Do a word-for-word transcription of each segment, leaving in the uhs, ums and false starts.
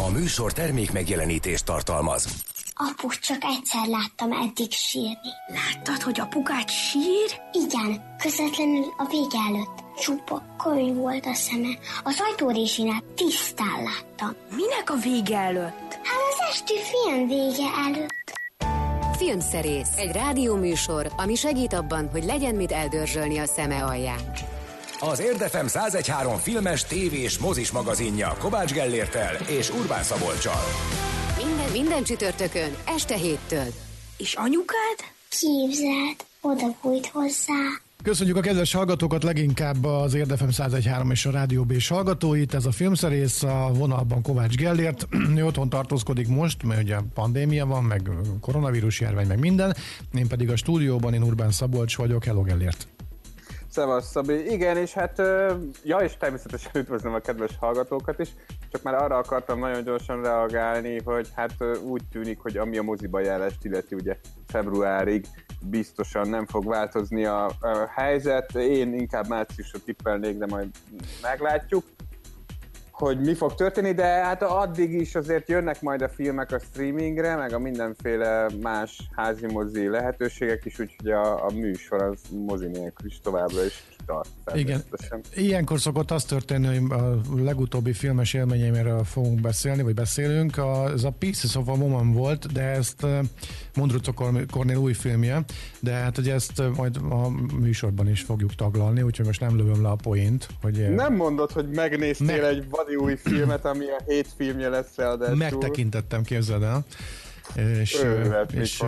A műsor termék megjelenítést tartalmaz. Apus, csak egyszer láttam eddig sírni. Láttad, hogy apukát sír? Igen, közvetlenül a vége előtt. Csupa könyv volt a szeme. Az ajtórésinál tisztán láttam. Minek a vége előtt? Hát az esti film vége előtt. Filmszerész, egy rádióműsor, ami segít abban, hogy legyen mit eldörzsölni a szeme alján. Az Érd ef em száz egy három filmes, tévés, mozis magazinja Kovács Gellérttel és Urbán Szabolccsal. Minden, minden csütörtökön, este héttől. És anyukád? Képzeld, oda bújt hozzá. Köszönjük a kedves hallgatókat, leginkább az Érd ef em száz egy három és a Rádió B-s hallgatóit. Ez a filmszerész, a vonalban Kovács Gellért. Ő otthon tartózkodik most, mert ugye pandémia van, meg koronavírus járvány, meg minden. Én pedig a stúdióban, én Urbán Szabolcs vagyok. Hello Gellért! Szevasz, Szabi. Igen, és hát, ja, és természetesen üdvözlöm a kedves hallgatókat is, csak már arra akartam nagyon gyorsan reagálni, hogy hát úgy tűnik, hogy ami a moziba járást illeti, ugye februárig biztosan nem fog változni a, a helyzet. Én inkább márciusra tippelnék, de majd meglátjuk, hogy mi fog történni, de hát addig is azért jönnek majd a filmek a streamingre, meg a mindenféle más házi mozi lehetőségek is, úgyhogy a, a műsor az mozi nélkül is továbbra is kitart. Igen, ilyenkor szokott az történni, hogy a legutóbbi filmes élményeiről fogunk beszélni, vagy beszélünk. A, ez a Pieces of a Woman volt, de ezt Mondrucó Kornél új filmje, de hát ugye ezt majd a műsorban is fogjuk taglalni, úgyhogy most nem lövöm le a poént. Hogy nem mondod, hogy megnéztél meg... egy vadi új filmet, ami a hét filmje lesz ráadásul. Megtekintettem, képzeld el. És, Ővet, és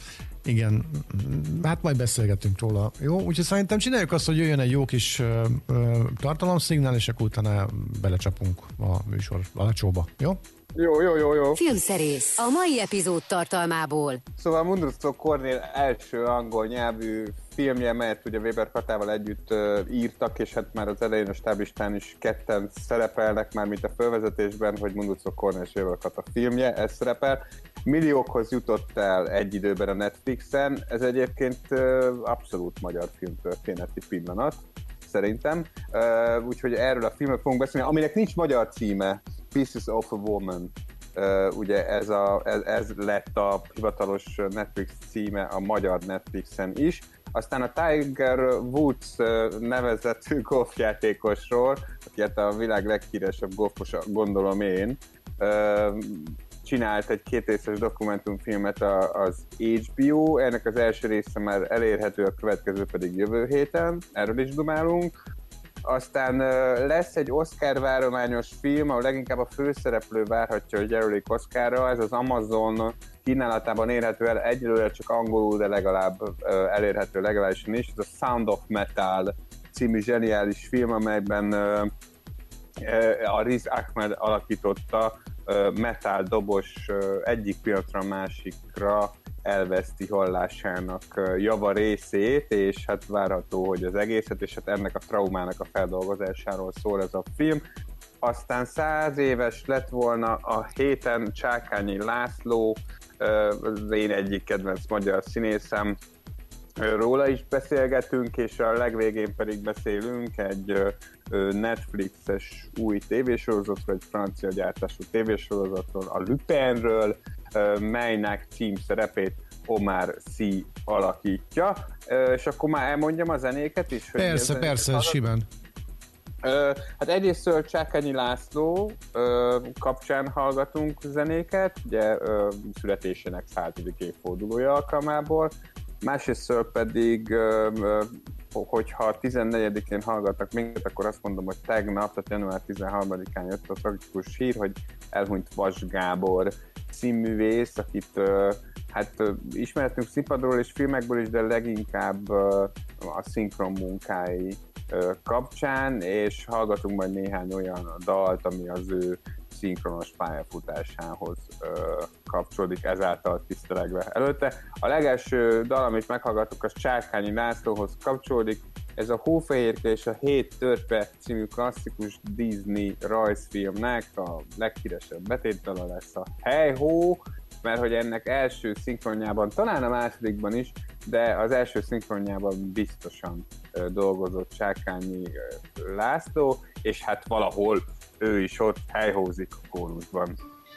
igen, hát majd beszélgetünk róla. Jó, úgyhogy szerintem csináljuk azt, hogy jöjjön egy jó kis uh, tartalomszignál, és akkor utána belecsapunk a műsor alacsóba. Jó? Jó, jó, jó, jó. Filmszerész, a mai epizód tartalmából. Szóval Mondrucó Kornél első angol nyelvű filmje, mert ugye Weber Katával együtt uh, írtak, és hát már az elején a stáblistán is ketten szerepelnek, már mint a fölvezetésben, hogy Mondrucó Kornél és Weber Kata filmje, ez szerepel. Milliókhoz jutott el egy időben a Netflixen, ez egyébként uh, abszolút magyar filmtörténeti pillanat, szerintem. Uh, úgyhogy erről a filmről fogunk beszélni, aminek nincs magyar címe, Pieces of a Woman. Uh, ugye ez, a, ez, ez lett a hivatalos Netflix címe a magyar Netflixen is. Aztán a Tiger Woods nevezetű golfjátékosról, aki hát a világ leghíresebb golfosa, gondolom én, uh, csinált egy kétrészes dokumentumfilmet az há bé o, ennek az első része már elérhető, a következő pedig jövő héten, erről is dumálunk. Aztán lesz egy Oscar-várományos film, ahol leginkább a főszereplő várhatja, hogy jelölik Oscarra, ez az Amazon kínálatában érhető el, egyelőre csak angolul, de legalább elérhető legalábbis is, ez a Sound of Metal című zseniális film, amelyben a Riz Ahmed alakította metal dobos egyik pillanatra a másikra elveszti hallásának java részét, és hát várható, hogy az egészet, és hát ennek a traumának a feldolgozásáról szól ez a film. Aztán száz éves lett volna a héten Csákányi László, az én egyik kedvenc magyar színészem, róla is beszélgetünk, és a legvégén pedig beszélünk egy Netflixes új tévésorozatról, egy francia gyártású tévésorozatról, a Lupinről, melynek címszerepét Omar Sy alakítja. És akkor már elmondjam a zenéket is? Hogy persze, persze, simán. Hát egyrésztől Csákányi László kapcsán hallgatunk zenéket, ugye születésének századik évfordulója alkalmából, másrésztől pedig, hogyha a tizennegyedikén hallgatnak minket, akkor azt mondom, hogy tegnap, tehát január tizenharmadikán jött a tragikus hír, hogy elhunyt Vas Gábor színművész, akit hát ismerhetünk színpadról és filmekből is, de leginkább a szinkron munkái kapcsán, és hallgatunk majd néhány olyan dalt, ami az ő szinkronos pályafutásához kapcsolódik, ezáltal tisztelegve előtte. A legelső dal, amit meghallgatunk, az Csákányi Lászlóhoz kapcsolódik, ez a Hófehérke és a Hét Törpe című klasszikus Disney rajzfilmnek a leghíresebb betétdala lesz a Hey Ho, mert hogy ennek első szinkronjában, talán a másodikban is, de az első szinkronjában biztosan dolgozott Csákányi László, és hát valahol ő is ott helyhózik a kórusban.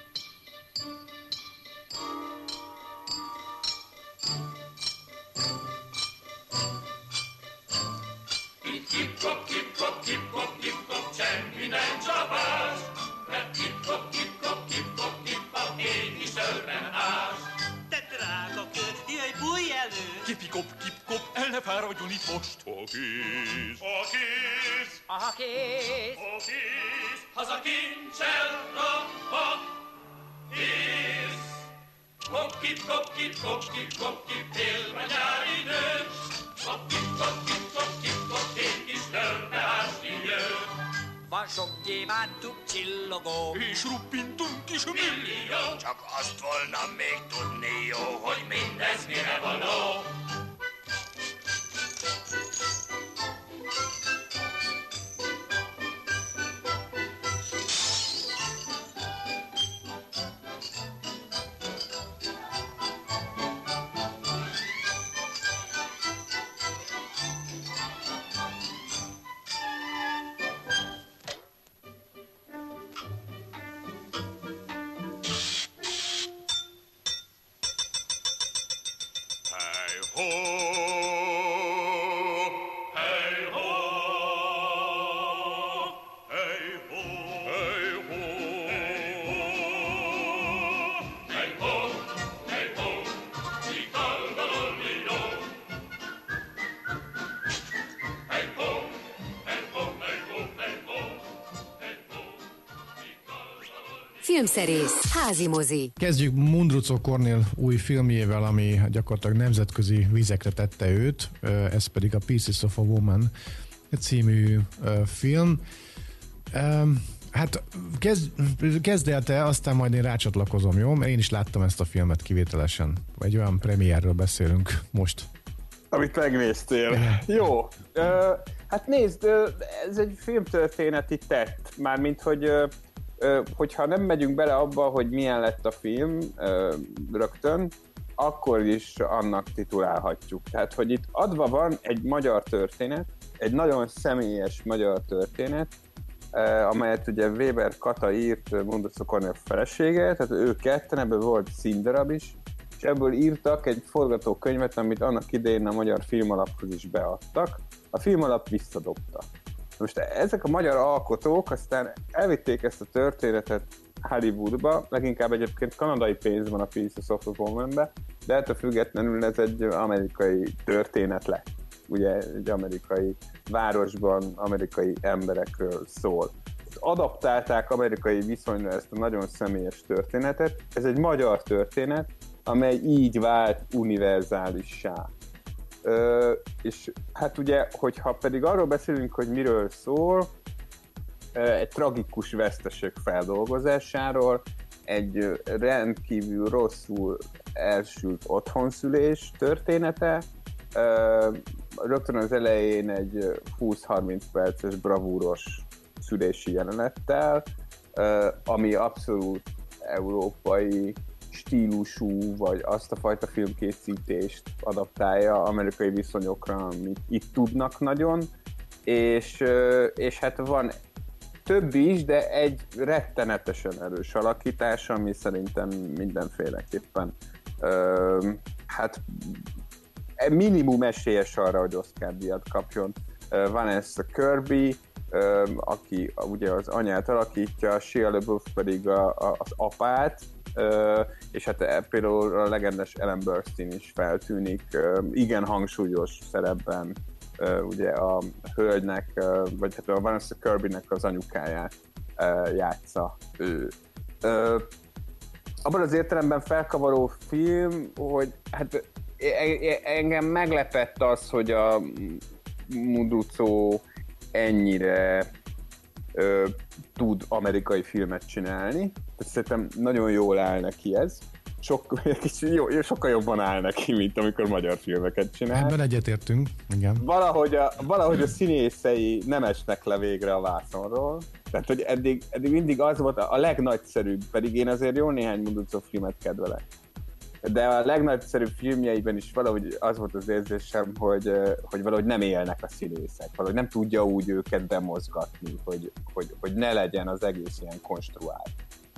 most a kéz. A kéz, a kéz, a kéz, haza kincsel rabba kéz. Kokkit, kokkit, kokkit, kokkit, élve nyári nős. Kokkit, kokkit, kokkit, kokkit, kis törpe ásni jön. Van sok gyémántuk csillogó, És ruppintunk kis millió. Csak azt volna még tudni jó, hogy mindez mire való. Filmszerész, házi mozi. Kezdjük Mundruczó Kornél új filmjével, ami gyakorlatilag nemzetközi vizekre tette őt, ez pedig a Pieces of a Woman című film. Hát kezd, kezd el te, aztán majd én rácsatlakozom, jó? Mert én is láttam ezt a filmet kivételesen. Egy olyan premierről beszélünk most. Amit megnéztél. Yeah. Jó. Uh, hát nézd, uh, ez egy filmtörténeti tett. Mármint, hogy uh, uh, hogyha nem megyünk bele abba, hogy milyen lett a film uh, rögtön, akkor is annak titulálhatjuk. Tehát, hogy itt adva van egy magyar történet, egy nagyon személyes magyar történet, uh, amelyet ugye Weber Kata írt, Mundruczó Kornél felesége, tehát ő ketten, ebből volt színdarab is, és ebből írtak egy forgatókönyvet, amit annak idején a Magyar Filmalaphoz is beadtak. A Filmalap visszadobta. Most ezek a magyar alkotók aztán elvitték ezt a történetet Hollywoodba, leginkább egyébként kanadai pénz van a Pieces of a Woman-be, de ettől függetlenül ez egy amerikai történet lett. Ugye egy amerikai városban, amerikai emberekről szól. Adaptálták amerikai viszonyra ezt a nagyon személyes történetet. Ez egy magyar történet, amely így vált univerzálissá. Ö, és hát ugye, hogyha pedig arról beszélünk, hogy miről szól, egy tragikus veszteség feldolgozásáról, egy rendkívül rosszul elsült otthonszülés története, ö, rögtön az elején egy húsz-harminc perces bravúros szülési jelenettel, ö, ami abszolút európai stílusú, vagy azt a fajta filmkészítést adaptálja amerikai viszonyokra, amit itt tudnak nagyon, és, és hát van több is, de egy rettenetesen erős alakítás, ami szerintem mindenféleképpen hát minimum esélyes arra, hogy Oscar-díjat kapjon. Vanessa Kirby, aki ugye az anyát alakítja, Shia LaBeouf pedig a, a, az apát, Uh, és hát például a legendás Ellen Burstyn is feltűnik, uh, igen hangsúlyos szerepben, uh, ugye a hölgynek, uh, vagy hát a Vanessa Kirbynek az anyukáját uh, játsza ő. Uh, abban az értelemben felkavaró film, hogy hát engem meglepett az, hogy a Mundruczó ennyire uh, tud amerikai filmet csinálni. Szerintem nagyon jól áll neki ez. Sok, jó, sokkal jobban áll neki, mint amikor magyar filmeket csinál. Ebben egyetértünk, igen. Valahogy a, valahogy a színészei nem esnek le végre a vászonról. Tehát, hogy eddig, eddig mindig az volt a legnagyszerűbb, pedig én azért jó néhány Mundruczó filmet kedvelek. De a legnagyszerűbb filmjeiben is valahogy az volt az érzésem, hogy, hogy valahogy nem élnek a színészek, valahogy nem tudja úgy őket bemozgatni, hogy, hogy, hogy ne legyen az egész ilyen konstruált.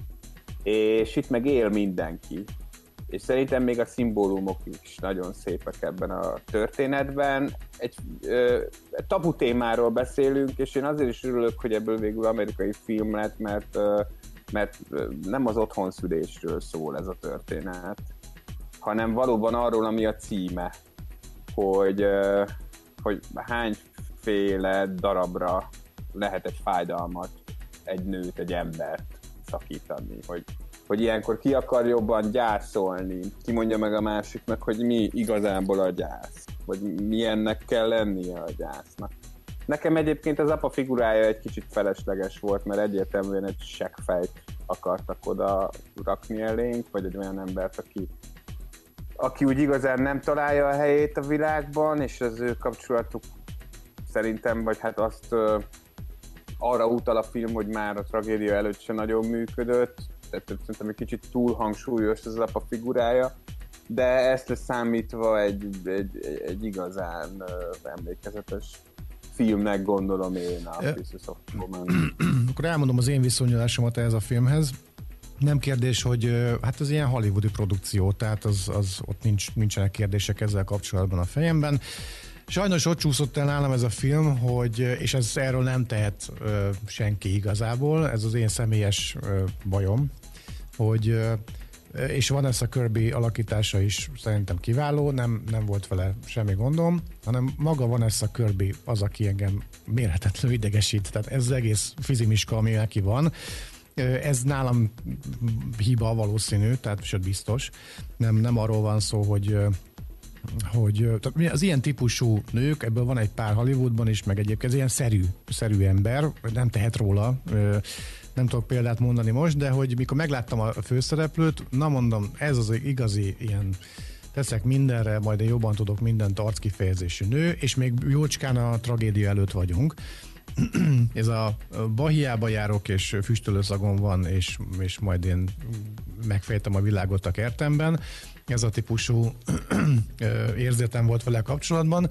És itt meg él mindenki. És szerintem még a szimbólumok is nagyon szépek ebben a történetben. Egy ö, tabu témáról beszélünk, és én azért is örülök, hogy ebből végül amerikai film lett, mert, ö, mert nem az otthonszülésről szól ez a történet, hanem valóban arról, ami a címe, hogy, ö, hogy hányféle darabra lehet egy fájdalmat, egy nőt, egy embert szakítani, hogy, hogy ilyenkor ki akar jobban gyászolni, ki mondja meg a másiknak, hogy mi igazából a gyász, vagy milyennek kell lennie a gyásznak. Nekem egyébként az apa figurája egy kicsit felesleges volt, mert egyértelműen egy seggfejt akartak oda rakni elénk, vagy egy olyan embert, aki, aki úgy igazán nem találja a helyét a világban, és az ő kapcsolatuk szerintem, vagy hát azt uh, arra utal a film, hogy már a tragédia előtt sem nagyon működött, tehát szerintem egy kicsit túl hangsúlyos az apa figurája, de ezt leszámítva egy, egy, egy igazán uh, emlékezetes filmnek gondolom én a Pieces of Woman. Akkor elmondom az én viszonyulásomat ehhez a filmhez. Nem kérdés, hogy hát ez ilyen hollywoodi produkció, tehát az, az ott nincs, nincsenek kérdések ezzel kapcsolatban a fejemben. Sajnos ott csúszott el nálam ez a film, hogy, és ez erről nem tehet ö, senki igazából, ez az én személyes ö, bajom, hogy ö, és Vanessa Kirby alakítása is szerintem kiváló, nem, nem volt vele semmi gondom, hanem maga Vanessa Kirby az, aki engem mérhetetlenül idegesít, tehát ez az egész fizimiska, ami neki van, ez nálam hiba valószínű, tehát sőt biztos, nem, nem arról van szó, hogy hogy az ilyen típusú nők, ebből van egy pár Hollywoodban is, meg egyébként ez ilyen szerű, szerű ember, nem tehet róla, nem tudok példát mondani most, de hogy mikor megláttam a főszereplőt, na mondom, ez az igazi ilyen teszek mindenre, majd én jobban tudok mindent arckifejezésű nő, és még jócskán a tragédia előtt vagyunk. Ez a Bahiába járok, és füstölőszagom van, és, és majd én megfejtem a világot a kertemben. Ez a típusú érzetem volt vele kapcsolatban.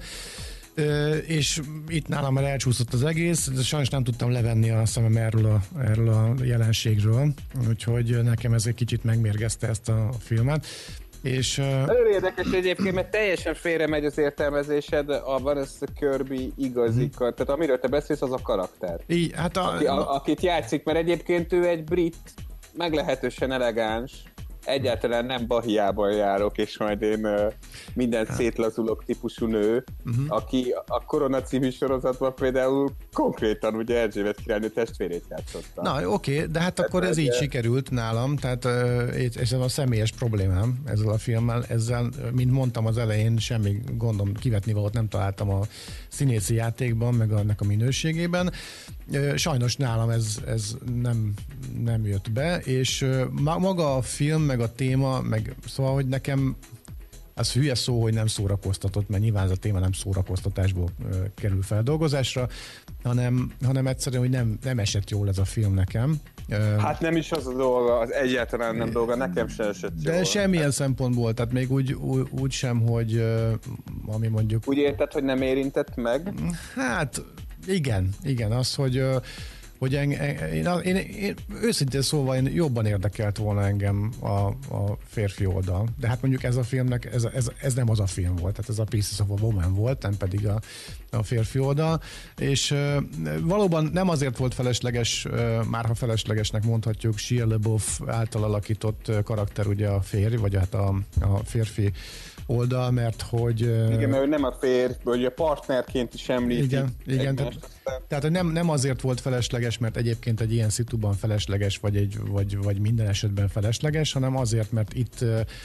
És itt nálam már elcsúszott az egész, de sajnos nem tudtam levenni a szemem erről a, erről a jelenségről, úgyhogy nekem ez egy kicsit megmérgezte ezt a filmet. És, nagyon érdekes egyébként, mert teljesen félre megy az értelmezésed a Vanessa Kirby igazi, uh-huh. tehát amiről te beszélsz, az a karakter. Így, hát a, aki, a, akit játszik, mert egyébként ő egy brit, meglehetősen elegáns, egyáltalán nem Bahiában járok, és majd én uh, mindent szétlazulok típusú nő, uh-huh. aki a Korona című sorozatban például konkrétan ugye Erzsébet királynő testvérét játszotta. Na, oké, okay, de hát akkor ez így sikerült nálam, tehát uh, ez a személyes problémám ezzel a filmmel, ezzel, mint mondtam az elején, semmi gondom kivetni valót nem találtam a színészi játékban, meg annak a minőségében. Uh, sajnos nálam ez, ez nem, nem jött be, és uh, maga a film, meg a téma, meg szóval, hogy nekem az hülye szó, hogy nem szórakoztatott, mert nyilván ez a téma nem szórakoztatásból ö, kerül feldolgozásra, hanem, hanem egyszerűen, hogy nem, nem esett jól ez a film nekem. Hát nem is az a dolga, az egyáltalán nem dolga, nekem sem esett de jól. De semmilyen szempontból, tehát még úgy, úgy, úgy sem, hogy ö, ami mondjuk... Úgy érted, hogy nem érintett meg? Hát igen, igen, az, hogy ö, hogy en, en, én, én, én őszintén szóval én jobban érdekelt volna engem a, a férfi oldal. De hát mondjuk ez a filmnek, ez, ez, ez nem az a film volt, tehát ez a Pieces of a Woman volt, nem pedig a, a férfi oldal. És uh, valóban nem azért volt felesleges, uh, már ha feleslegesnek mondhatjuk, Shia LaBeouf által alakított karakter, ugye a férj, vagy hát a, a férfi oldal, mert hogy... Igen, mert ő nem a férj, vagy a partnerként is említik. Igen, igen tehát, tehát nem, nem azért volt felesleges, mert egyébként egy ilyen szituban felesleges, vagy, egy, vagy, vagy minden esetben felesleges, hanem azért, mert itt,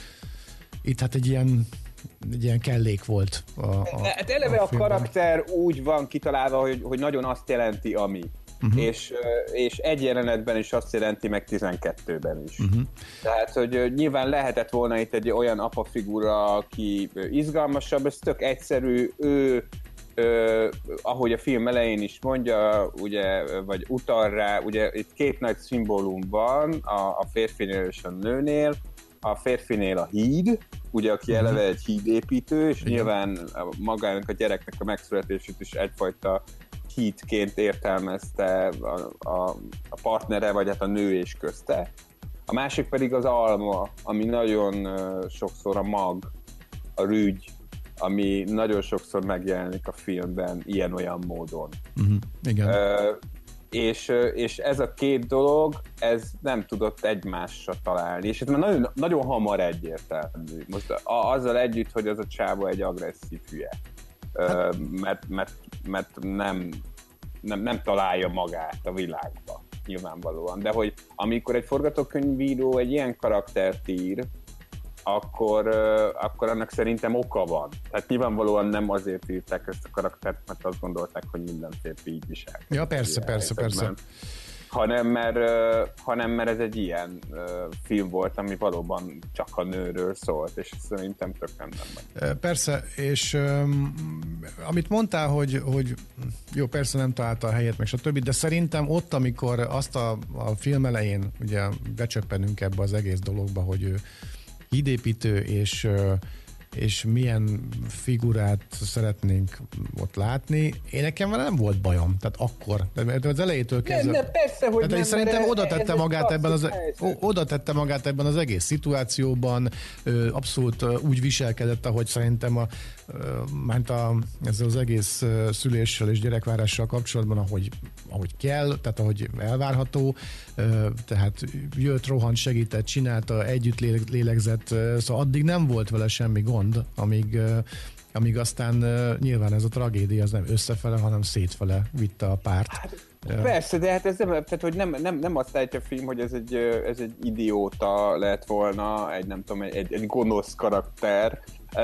itt hát egy ilyen, egy ilyen kellék volt. A, a, hát eleve a, a karakter úgy van kitalálva, hogy, hogy nagyon azt jelenti, ami. Uh-huh. És, és egy jelenetben is azt jelenti, meg tizenkettőben is. Uh-huh. Tehát, hogy nyilván lehetett volna itt egy olyan apa figura, aki izgalmasabb, ez tök egyszerű, ő, ő ahogy a film elején is mondja, ugye, vagy utal rá, ugye itt két nagy szimbólum van, a, a férfinél és a nőnél. A férfinél a híd, ugye, aki eleve egy hídépítő, és igen. Nyilván magának a gyereknek a megszületését is egyfajta hídként értelmezte a, a, a partnere, vagy hát a nő és közte. A másik pedig az alma, ami nagyon uh, sokszor a mag, a rügy, ami nagyon sokszor megjelenik a filmben ilyen-olyan módon. Uh-huh. Igen. Uh, és, és ez a két dolog, ez nem tudott egymásra találni, és ez már nagyon, nagyon hamar egyértelmű. Most a, azzal együtt, hogy az a csáva egy agresszív hülye. hát... mert, mert, mert nem, nem, nem találja magát a világba, nyilvánvalóan. De hogy amikor egy forgatókönyvíró egy ilyen karaktert ír, akkor, akkor annak szerintem oka van. Tehát nyilvánvalóan nem azért írták ezt a karaktert, mert azt gondolták, hogy minden férfi így viselkedik. Ja, persze, persze, persze. Hanem mert, hanem mert ez egy ilyen film volt, ami valóban csak a nőről szólt, és szerintem tök rendben van. Persze, és um, amit mondtál, hogy, hogy jó, persze nem találta a helyet, meg stb., de szerintem ott, amikor azt a, a film elején ugye becsöppenünk ebbe az egész dologba, hogy ő hídépítő, és és milyen figurát szeretnénk ott látni. Én nekem vele nem volt bajom, tehát akkor. De az elejétől kezdve... Nem, nem, persze, hogy tehát nem, szerintem oda tette, magát ebben az, helyzet. oda tette magát ebben az egész szituációban, abszolút úgy viselkedett, ahogy szerintem a, ment a, ezzel az egész szüléssel és gyerekvárással kapcsolatban, ahogy, ahogy kell, tehát ahogy elvárható, tehát jött, rohant, segített, csinálta, együtt lélegzett, szóval addig nem volt vele semmi gond, amíg, amíg aztán nyilván ez a tragédia az nem összefele, hanem szétfele vitte a párt. Hát, persze, de hát ez nem, tehát, hogy nem, nem, nem azt állítja a film, hogy ez egy, ez egy idióta lett volna, egy nem tudom, egy, egy gonosz karakter.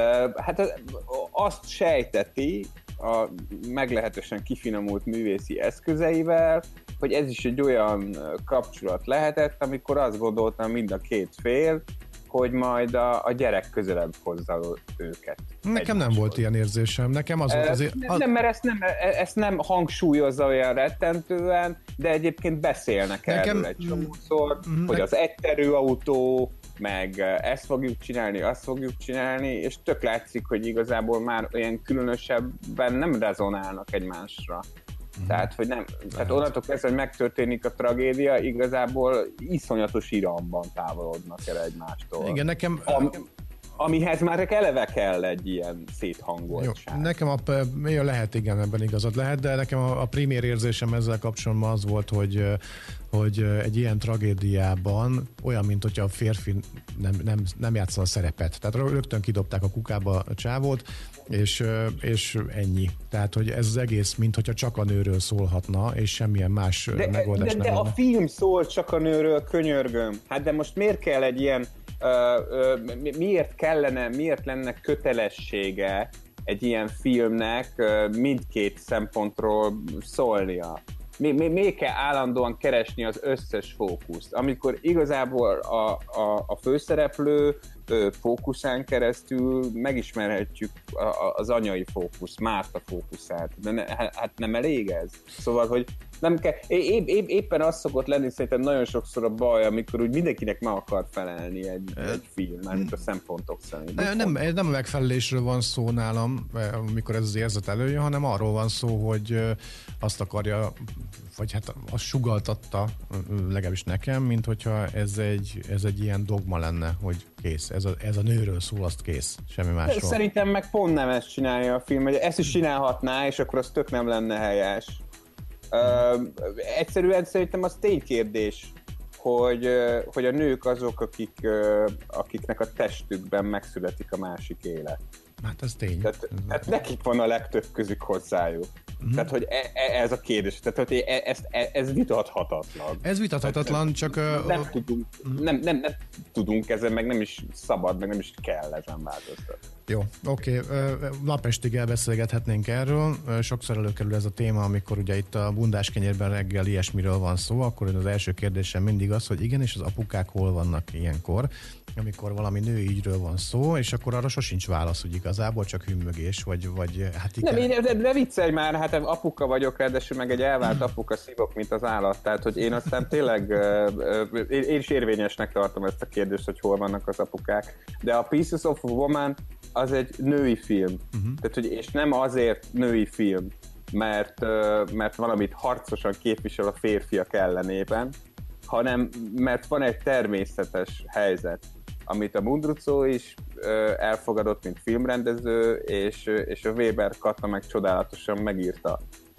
Hát azt sejteti a meglehetősen kifinomult művészi eszközeivel, hogy ez is egy olyan kapcsolat lehetett, amikor azt gondoltam mind a két fél, hogy majd a, a gyerek közelebb hozza őket. Nekem nem volt ilyen érzésem. Nekem az volt azért... Az... Nem, mert ezt nem, ezt nem hangsúlyozza olyan rettentően, de egyébként beszélnek nekem... erről egy csomószor, mm, hogy ne... az egyterű autó, meg ezt fogjuk csinálni, azt fogjuk csinálni, és tök látszik, hogy igazából már olyan különösebben nem rezonálnak egymásra. Mm. Tehát, hogy nem, tehát onnantól kezdve, hogy megtörténik a tragédia, igazából iszonyatos iramban távolodnak el egymástól. Igen, nekem... Am, amihez már eleve kell egy ilyen széthangoltság. Jó, nekem a, jó, lehet, igen, ebben igazad lehet, de nekem a, a primér érzésem ezzel kapcsolatban az volt, hogy, hogy egy ilyen tragédiában olyan, mint hogyha a férfi nem, nem, nem játszol a szerepet. Tehát rögtön kidobták a kukába a csávót, és, és ennyi. Tehát, hogy ez az egész, mint hogyha csak a nőről szólhatna, és semmilyen más de, megoldás de, nem de lenne. A film szól csak a nőről, könyörgöm. Hát de most miért kell egy ilyen Uh, uh, miért kellene, miért lenne kötelessége egy ilyen filmnek uh, mindkét szempontról szólnia? Mi, mi, mi kell állandóan keresni az összes fókuszt, amikor igazából a, a, a főszereplő uh, fókuszán keresztül megismerhetjük a, a, az anyai fókusz, Márta fókuszát, de ne, hát nem elég ez? Szóval, hogy nem kell, é, é, éppen az szokott lenni szerintem nagyon sokszor a baj, amikor úgy mindenkinek meg akar felelni egy, egy film, mármint a szempontok szerint. Nem, nem, nem a megfelelésről van szó nálam, amikor ez az érzet előjön, hanem arról van szó, hogy azt akarja, vagy hát azt sugalltatta legalábbis nekem, mint hogyha ez egy, ez egy ilyen dogma lenne, hogy kész, ez a, ez a nőről szól, azt kész, semmi másról. Szerintem meg pont nem ezt csinálja a film, hogy ezt is csinálhatná, és akkor az tök nem lenne helyes. Uh, egyszerűen szerintem az ténykérdés, hogy, uh, hogy a nők azok, akik, uh, akiknek a testükben megszületik a másik élet. Hát ez tény. Tehát, tehát nekik van a legtöbb közük hozzájuk. Uh-huh. Tehát, hogy e, e, ez a kérdés. Tehát, hogy e, ez, e, ez vitathatatlan. Ez vitathatatlan, csak... Nem, uh, tudunk, uh-huh. nem, nem, nem tudunk ezen, meg nem is szabad, meg nem is kell ezen változtatni. Jó, oké. Okay. Napestig elbeszélgethetnénk erről. Sokszor előkerül ez a téma, amikor ugye itt a bundáskenyérben reggel ilyesmiről van szó, akkor az első kérdésem mindig az, hogy igen, és az apukák hol vannak ilyenkor, amikor valami női ügyről van szó, és akkor arra sosincs válasz, hogy igazából csak hümmögés, vagy, vagy hát igen. Nem, én, de, de viccelj már, hát apuka vagyok, ráadásul meg egy elvált apuka szívok, mint az állat, tehát hogy én aztán tényleg, én, én is érvényesnek tartom ezt a kérdést, hogy hol vannak az apukák, de a Pieces of a Woman az egy női film. Uh-huh. Tehát, hogy, és nem azért női film, mert, mert valamit harcosan képvisel a férfiak ellenében, hanem mert van egy természetes helyzet, amit a Mundruczó is elfogadott, mint filmrendező, és, és a Weber Kata meg csodálatosan megírta.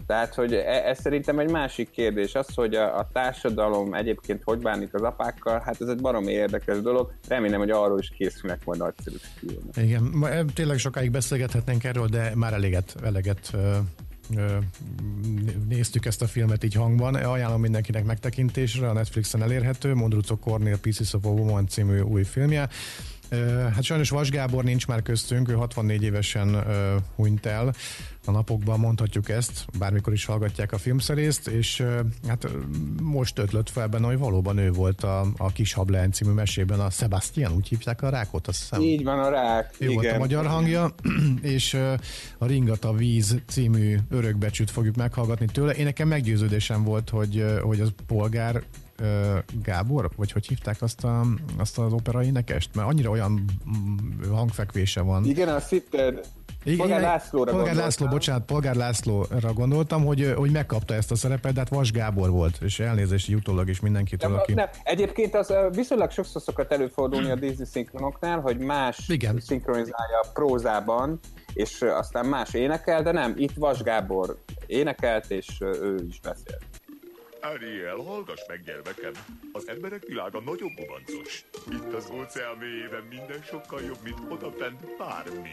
Tehát, hogy ez szerintem egy másik kérdés. Az, hogy a, a társadalom egyébként hogy bánik az apákkal, hát ez egy baromi érdekes dolog. Remélem, hogy arról is készülnek majd nagyszerű filmek. Igen, tényleg sokáig beszélgethetnénk erről, de már eléget, eleget ö, ö, néztük ezt a filmet így hangban. Ajánlom mindenkinek megtekintésre, a Netflixen elérhető, Mondruczó Kornél Pieces of a Woman című új filmje. Hát sajnos Vas Gábor nincs már köztünk, ő hatvannégy évesen uh, hunyt el a napokban, mondhatjuk ezt, bármikor is hallgatják a filmszerészt, és uh, hát uh, most ötlött fel benne, hogy valóban ő volt a, a Kis Hableány című mesében, a Sebastian, úgy hívták a rákot, azt hiszem. Így van, a rák. Ő igen. volt a magyar hangja, és uh, a Ringata víz című örökbecsüt fogjuk meghallgatni tőle. Én nekem meggyőződésem volt, hogy, uh, hogy az Polgár Gábor, vagy hogy hívták azt, a, azt az opera énekest? Mert annyira olyan hangfekvése van. Igen, azt hitted. Polgár Lászlóra Polgár László, bocsánat, Polgár Lászlóra gondoltam, hogy, hogy megkapta ezt a szerepet, de hát Vas Gábor volt, és elnézést utólag is mindenkitől, nem, aki... Nem. Egyébként az viszonylag sokszor szokott előfordulni a Disney szinkronoknál, hogy más Igen. szinkronizálja prózában, és aztán más énekel, de nem, itt Vas Gábor énekelt, és ő is beszélt. Ariel, hallgass meg, gyermekem! Az emberek világa nagyon gubancos. Itt az óceán mélyében minden sokkal jobb, mint odafent bármi.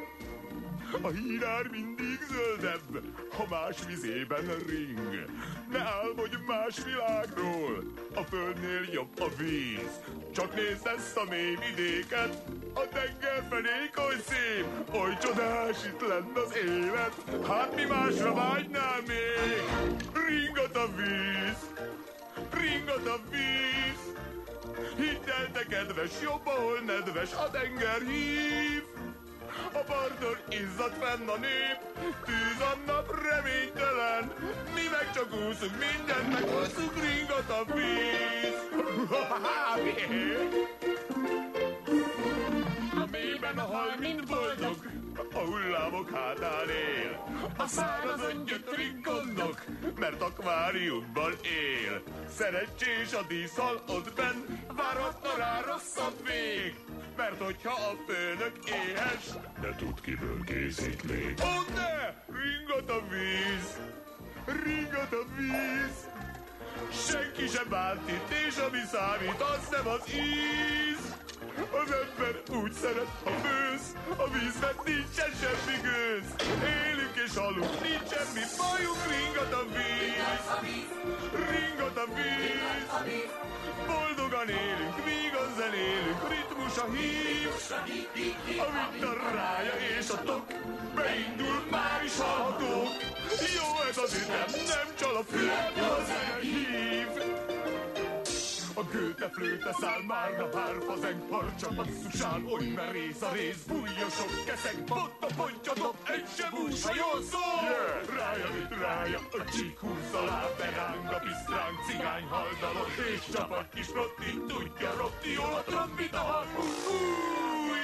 A hírár mindig zöldebb, ha más vizében ring. Ne álmodj más világról, a földnél jobb a víz. Csak nézd ezt a mély vidéket, a tenger fenék oly szép, oly csodás itt lent az élet. Hát mi másra vágynál még? Ringat a víz, ringat a víz. Hidd el, te kedves, jobb, ahol nedves, a tenger hív. A parton izzad fenn a nép, tűz a nap reménytelen, mi meg csak úszunk, mindent meghozzuk, ringat a víz. A mélyben a hal mind boldog, a hullámok hátán él. A szárazon gyötrik gondok, mert akváriumban él. Szerencsés a díszhal ott benn, várhatna rá rosszabb vég. Mert hogyha a főnök éhes, ne tud kiből készít még. Ó ne! Ringat a víz! Ringat a víz! Senki sem bánt itt, és ami számít, az nem az íz! Az ember úgy szeret, ha főz, a vízben nincsen semmi gőz. Élünk és halunk, nincs semmi bajunk, ringat a víz! Ringat a víz! Boldogan élünk, míg a zenélünk, ritmus a hív. A vita rája és a tok, beindul, már is hallhatók. Jó ez az ütem, nem csal a fülem, a zene hív. A gőte flőte száll, márna hárfa zeng, harcsa basszusál, oly merész a rész, bújjosok, keszeg, bot a pontja dob, egy se bújs, ha jól szól! Yeah! Rája, mit rája, a csík húzza láb, beráng a pisztráng, cigány haldalos, és csapat kis rotti, tudja rotti, jól a trombita hang, fúj!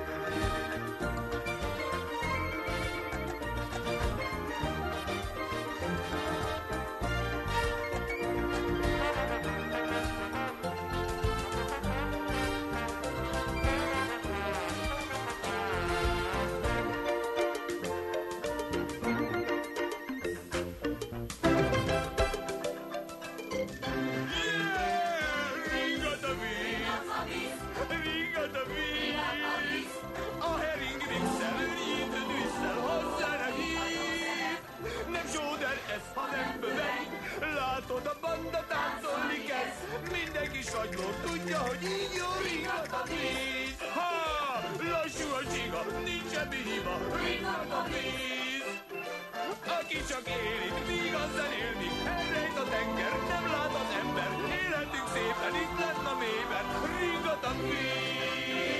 Látod, a banda táncolni kezd, mindenki sagyló tudja, hogy így jó, ringat a víz. Ha, lassú a csiga, nincs semmi hiba, ringat a víz. Aki csak élik, míg az zenélni, elrejt a tenger, nem lát az ember, életünk szépen itt lett a mélyben, ringat a víz.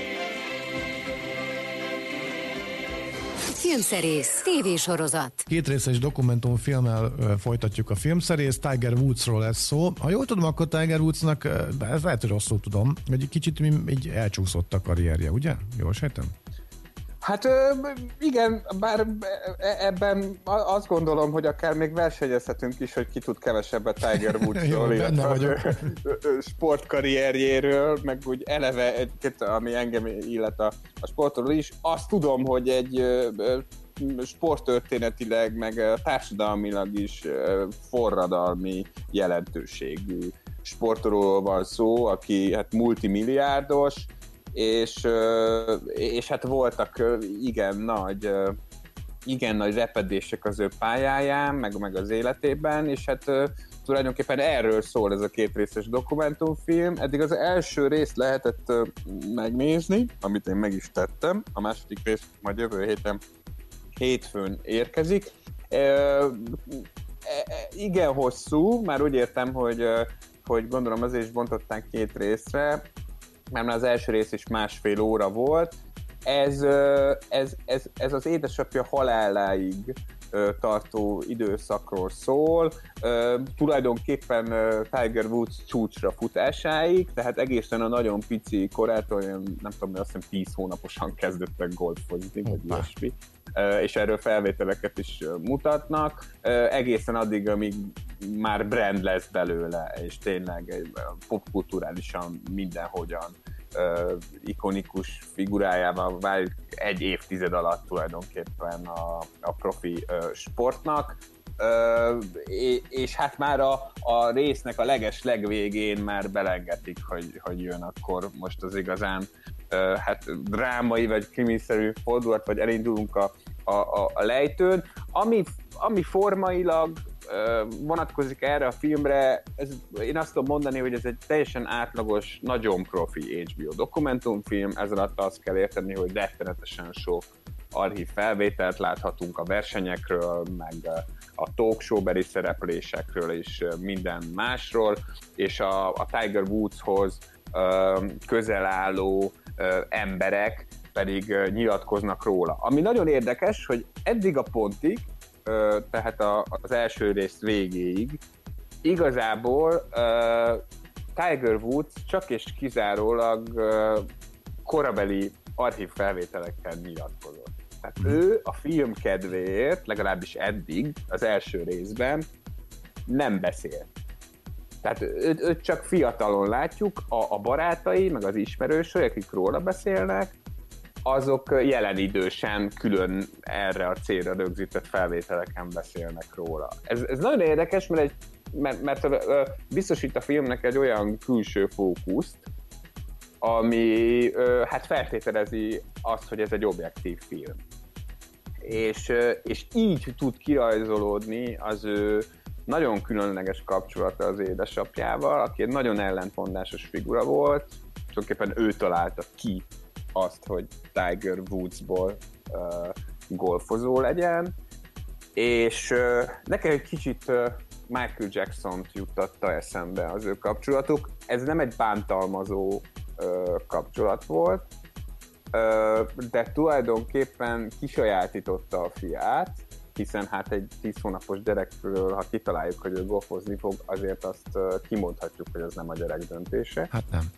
Filmszerész, tévésorozat. Kétrészes dokumentumfilmmel folytatjuk a filmszerész, Tiger Woodsról lesz szó. Ha jól tudom, akkor Tiger Woodsnak, ez lehet, hogy rosszul tudom, hogy egy kicsit így elcsúszott a karrierje, ugye? Jól sejtem? Hát igen, bár ebben azt gondolom, hogy akár még versenyezhetünk is, hogy ki tud kevesebbet Tiger Woodsról, illetve sportkarrierjéről, meg úgy eleve, egy, ami engem illet a, a sportról is. Azt tudom, hogy egy sporttörténetileg, meg társadalmilag is forradalmi jelentőségű sportolóról van szó, aki hát multimilliárdos, és, és hát voltak igen nagy, igen nagy repedések az ő pályáján, meg, meg az életében, és hát tulajdonképpen erről szól ez a kétrészes dokumentumfilm. Eddig az első részt lehetett megnézni, amit én meg is tettem, a második rész majd jövő héten hétfőn érkezik. E, e, igen hosszú, már úgy értem, hogy, hogy gondolom azért is bontották két részre, mert az első rész is másfél óra volt. Ez, ez, ez, ez az édesapja haláláig tartó időszakról szól, uh, tulajdonképpen uh, Tiger Woods csúcsra futásáig, tehát egészen a nagyon pici korától, olyan, nem tudom, azt hiszem tíz hónaposan kezdettek golfozni, vagy ilyesmi, uh, és erről felvételeket is uh, mutatnak, uh, egészen addig, amíg már brand lesz belőle, és tényleg uh, popkulturálisan mindenhogyan uh, ikonikus figurájával válik egy évtized alatt tulajdonképpen a, a profi uh, sportnak, uh, és, és hát már a, a résznek a leges legvégén már belengetik, hogy, hogy jön akkor most az igazán uh, hát drámai vagy krimiszerű fordulat, vagy elindulunk a, a, a, a lejtőn, ami, ami formailag vonatkozik erre a filmre, ez, én azt tudom mondani, hogy ez egy teljesen átlagos, nagyon profi há bé o dokumentumfilm, ez alatt azt kell érteni, hogy rettenetesen sok archív felvételt láthatunk a versenyekről, meg a talk show-beli szereplésekről és minden másról, és a, a Tiger Woodshoz közel álló emberek pedig nyilatkoznak róla. Ami nagyon érdekes, hogy eddig a pontig, tehát a, az első rész végéig igazából uh, Tiger Woods csak és kizárólag uh, korabeli archív felvételekkel nyilatkozott. Tehát mm. ő a film kedvéért, legalábbis eddig, az első részben nem beszélt. Tehát őt, őt csak fiatalon látjuk, a, a barátai, meg az ismerősök, akik róla beszélnek, azok jelen idősen külön erre a célra rögzített felvételeken beszélnek róla. Ez, ez nagyon érdekes, mert, egy, mert, mert biztosít a filmnek egy olyan külső fókuszt, ami hát feltételezi azt, hogy ez egy objektív film. És, és így tud kirajzolódni az ő nagyon különleges kapcsolata az édesapjával, aki egy nagyon ellentmondásos figura volt, tulajdonképpen ő találta ki azt, hogy Tiger Woodsból uh, golfozó legyen, és uh, nekem egy kicsit uh, Michael Jackson-t juttatta eszembe az ő kapcsolatuk. Ez nem egy bántalmazó uh, kapcsolat volt, uh, de tulajdonképpen kisajátította a fiát, hiszen hát egy tíz hónapos gyerekről, ha kitaláljuk, hogy ő golfozni fog, azért azt uh, kimondhatjuk, hogy ez nem a gyerek döntése. Hát nem.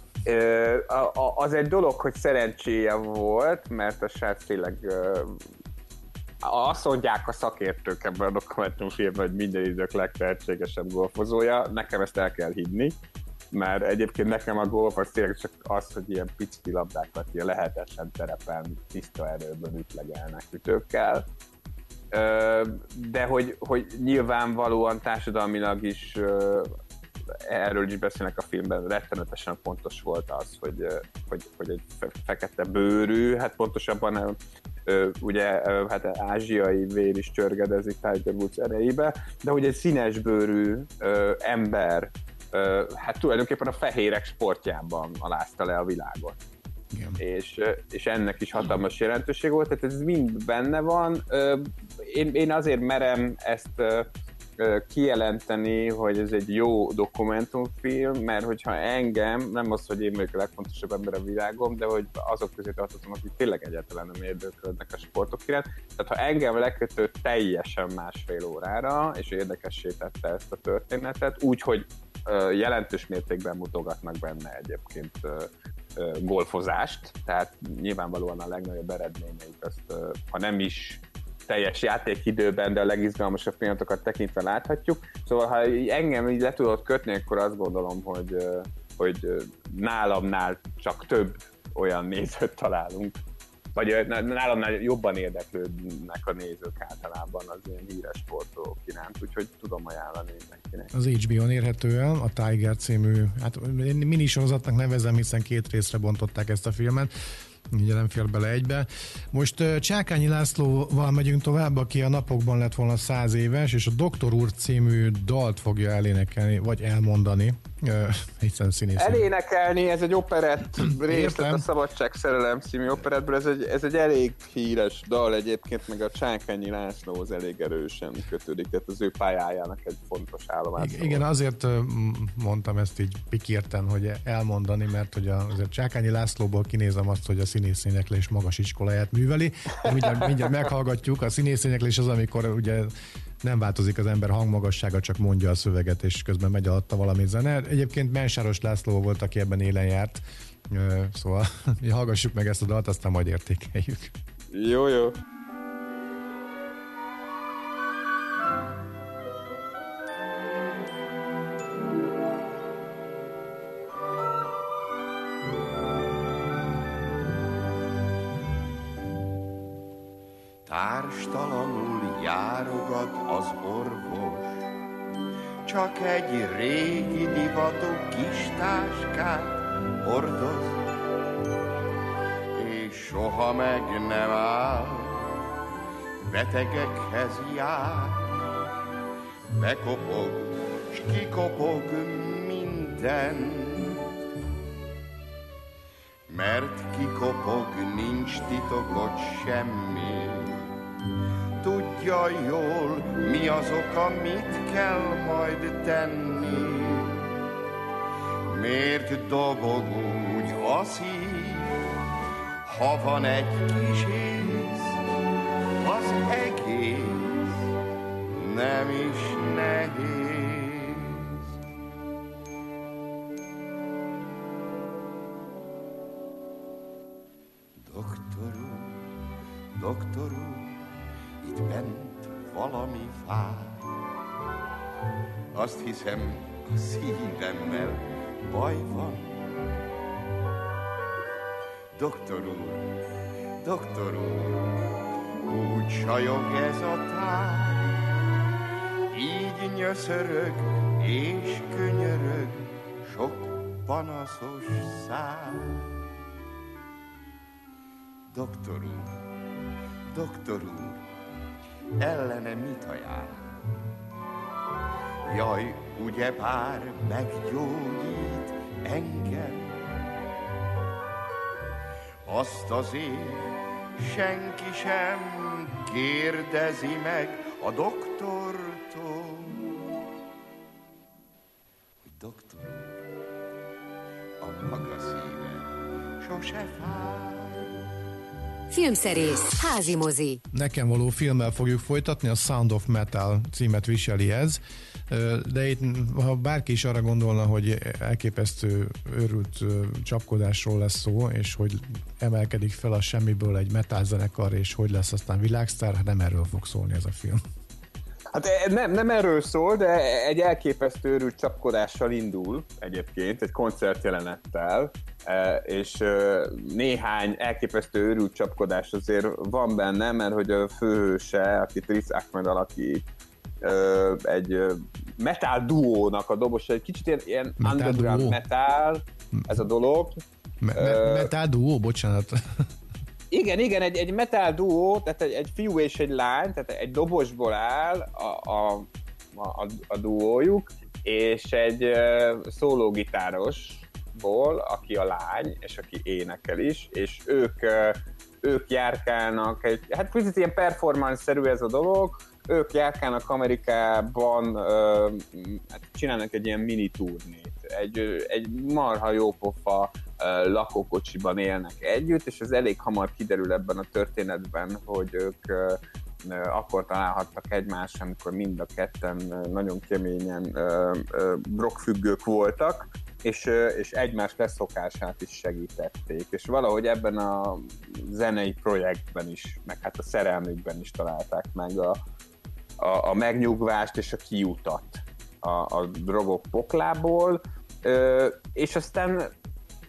Az egy dolog, hogy szerencséje volt, mert a srác tényleg azt mondják a szakértők ebben a dokumentumfilmben, hogy minden idők legtehetségesebb golfozója. Nekem ezt el kell hinni, mert egyébként nekem a golf az tényleg csak az, hogy ilyen pici labdákat ilyen lehetetlen terepen tiszta erőből ütlegelnek ütőkkel. De hogy, hogy nyilvánvalóan társadalmilag is erről is beszélnek a filmben, rettenetesen fontos volt az, hogy, hogy, hogy egy fekete bőrű, hát pontosabban ugye hát ázsiai vér is csörgedezik Tiger Woods erejébe, de hogy egy színes bőrű ember hát tulajdonképpen a fehérek sportjában alázta le a világot. És, és ennek is hatalmas jelentőség volt, tehát ez mind benne van. Én, én azért merem ezt kijelenteni, hogy ez egy jó dokumentumfilm, mert hogyha engem, nem az, hogy én vagyok a legfontosabb ember a világon, de hogy azok közé tartozom, akik tényleg egyáltalán nem érdeklődnek a sportok iránt. Tehát ha engem lekötő teljesen másfél órára, és érdekessé tette ezt a történetet, úgyhogy jelentős mértékben mutogatnak benne egyébként golfozást, tehát nyilvánvalóan a legnagyobb eredményeik azt, ha nem is teljes játékidőben, de a legizgalmasabb pillanatokat tekintve láthatjuk. Szóval, ha engem így le tudod kötni, akkor azt gondolom, hogy, hogy nálamnál csak több olyan nézőt találunk vagy nálam jobban érdeklődnek a nézők általában az ilyen híres sportolók iránt, úgyhogy tudom ajánlani mindenkinek. Az há bé ó-n érhető el, a Tiger című, hát én minisorozatnak nevezem, hiszen két részre bontották ezt a filmet, ugye nem fér bele egybe. Most uh, Csákányi Lászlóval megyünk tovább, aki a napokban lett volna száz éves, és a Doktor úr című dalt fogja elénekelni, vagy elmondani, uh, hiszen színész. Elénekelni, ez egy operett részlet a Szabadság Szerelem című operettből, ez egy, ez egy elég híres dal egyébként, meg a Csákányi Lászlóhoz elég erősen kötődik, tehát az ő pályájának egy fontos állomás. Igen, igen, azért uh, mondtam ezt így pikírten, hogy elmondani, mert hogy a, azért Csákányi Lászlóból kinézem azt, hogy a színészéneklés magas iskoláját műveli. Mindjárt, mindjárt meghallgatjuk. A színészéneklés az, amikor ugye nem változik az ember hangmagassága, csak mondja a szöveget, és közben megy alatta valami zene. Egyébként Mensáros László volt, aki ebben élen járt. Szóval hallgassuk meg ezt a dalt, aztán majd értékeljük. Jó, jó. Társtalanul járogat az orvos, csak egy régi divatú kis táskát hordoz, és soha meg nem áll, betegekhez jár, bekopog, s kikopog minden. Mert kikopog, nincs titokot semmi, tudja jól, mi az oka, mit kell majd tenni. Miért dobog úgy a szív, ha van egy kis ész, az egész nem is nehéz. Doktor úr, doktor úr, itt bent valami fáj. Azt hiszem, a szívemmel baj van. Doktor úr, doktor úr, úgy sajog ez a táj, így nyöszörög és könyörög sok panaszos száj. Doktor úr, doktor úr, ellene mit ajánl? Jaj, ugyebár meggyógyít engem. Azt azért senki sem kérdezi meg a doktortól, hogy doktor úr, a maga szíve sose fáj. Filmszerész, házi mozi. Nekem való filmmel fogjuk folytatni, a Sound of Metal címet viseli ez, de itt, ha bárki is arra gondolna, hogy elképesztő őrült csapkodásról lesz szó, és hogy emelkedik fel a semmiből egy metal zenekar, és hogy lesz aztán világsztár, hát nem erről fog szólni ez a film. Hát nem, nem erről szól, de egy elképesztő őrült csapkodással indul egyébként, egy koncertjelenettel, és néhány elképesztő őrült csapkodás azért van benne, mert hogy a főhőse, akit Riz Ahmed alakít, egy metal duónak a dobosa, egy kicsit ilyen, ilyen metal underground duo. Metal, ez a dolog. Me- me- metal duó, bocsánat. Igen, igen, egy, egy metal duó, tehát egy, egy fiú és egy lány, tehát egy dobosból áll a, a, a, a duójuk, és egy uh, szólógitárosból, aki a lány, és aki énekel is, és ők, uh, ők járkálnak, egy, hát picit ilyen performance-szerű ez a dolog, ők járkálnak Amerikában, uh, hát csinálnak egy ilyen mini turnét, egy, egy marha jópofa uh, lakókocsiban élnek együtt, és ez elég hamar kiderül ebben a történetben, hogy ők uh, akkor találhattak egymást, amikor mind a ketten uh, nagyon keményen uh, uh, rockfüggők voltak, és, uh, és egymás leszokását is segítették, és valahogy ebben a zenei projektben is, meg hát a szerelmükben is találták meg a, a, a megnyugvást és a kiutat a, a drogok poklából, Ö, és aztán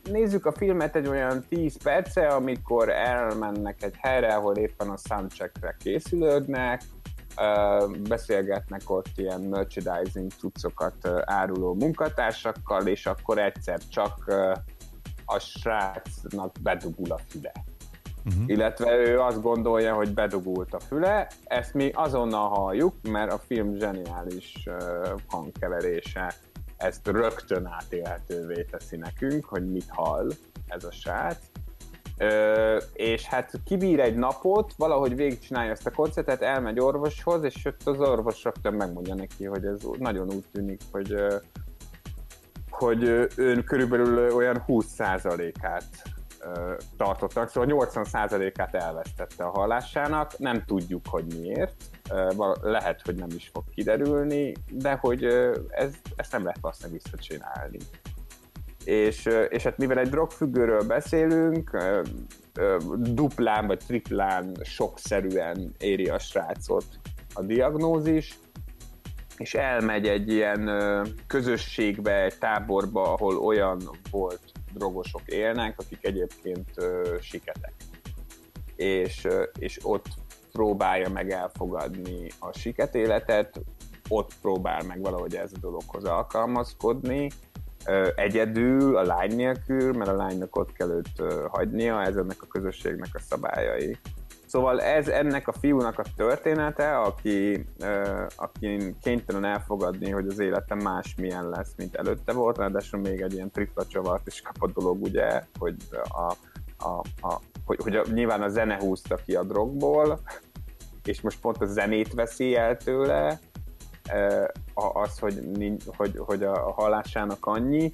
nézzük a filmet egy olyan tíz perce, amikor elmennek egy helyre, ahol éppen a soundcheckre készülődnek, beszélgetnek ott ilyen merchandising cuccokat áruló munkatársakkal, és akkor egyszer csak a srácnak bedugul a füle. Uh-huh. Illetve ő azt gondolja, hogy bedugult a füle, ezt mi azonnal halljuk, mert a film zseniális hangkeverése ezt rögtön átélhetővé teszi nekünk, hogy mit hall ez a srác. Ö, és hát kibír egy napot, valahogy végigcsinálja ezt a koncertet, elmegy orvoshoz, és ott az orvos rögtön megmondja neki, hogy ez nagyon úgy tűnik, hogy, hogy ő körülbelül olyan húsz százalékát tartottak, szóval nyolcvan százalékát elvesztette a hallásának, nem tudjuk, hogy miért, lehet, hogy nem is fog kiderülni, de hogy ez, ezt nem lehet valószínűleg visszacsinálni. És, és hát mivel egy drogfüggőről beszélünk, duplán vagy triplán sokszerűen éri a srácot a diagnózis, és elmegy egy ilyen közösségbe, egy táborba, ahol olyan volt drogosok élnek, akik egyébként siketek. És, és ott próbálja meg elfogadni a siket életet, ott próbál meg valahogy ez a dologhoz alkalmazkodni, egyedül, a lány nélkül, mert a lánynak ott kell őt hagynia, ez ennek a közösségnek a szabályai. Szóval ez ennek a fiúnak a története, aki, aki kénytelen elfogadni, hogy az élete másmilyen lesz, mint előtte volt, ráadásul még egy ilyen tripla csavart is kapott dolog, ugye, hogy, a, a, a, hogy, hogy a, nyilván a zene húzta ki a drogból, és most pont a zenét veszi el tőle, az, hogy, hogy, hogy a hallásának annyi.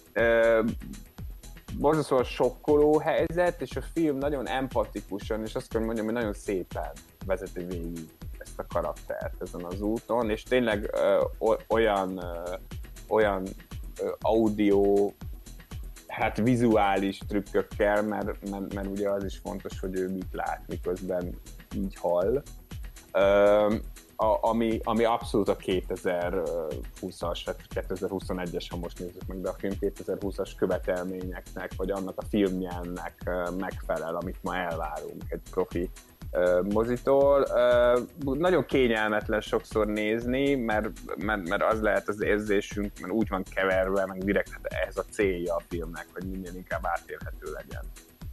Borzasztóan sokkoló helyzet, és a film nagyon empatikusan, és azt kell mondjam, hogy nagyon szépen vezeti végig ezt a karaktert ezen az úton, és tényleg ö, olyan, ö, olyan ö, audio, hát vizuális trükkökkel, mert, mert, mert ugye az is fontos, hogy ő mit lát, miközben így hall. Ö, A, ami, ami abszolút a kétezer-húszas, vagy kétezer-huszonegyes, ha most nézzük meg, de a film kétezer-húszas követelményeknek, vagy annak a filmjelnek megfelel, amit ma elvárunk egy profi uh, mozitól. Uh, nagyon kényelmetlen sokszor nézni, mert, mert, mert az lehet az érzésünk, mert úgy van keverve, meg direkt hát ez a célja a filmnek, hogy minél inkább átélhető legyen.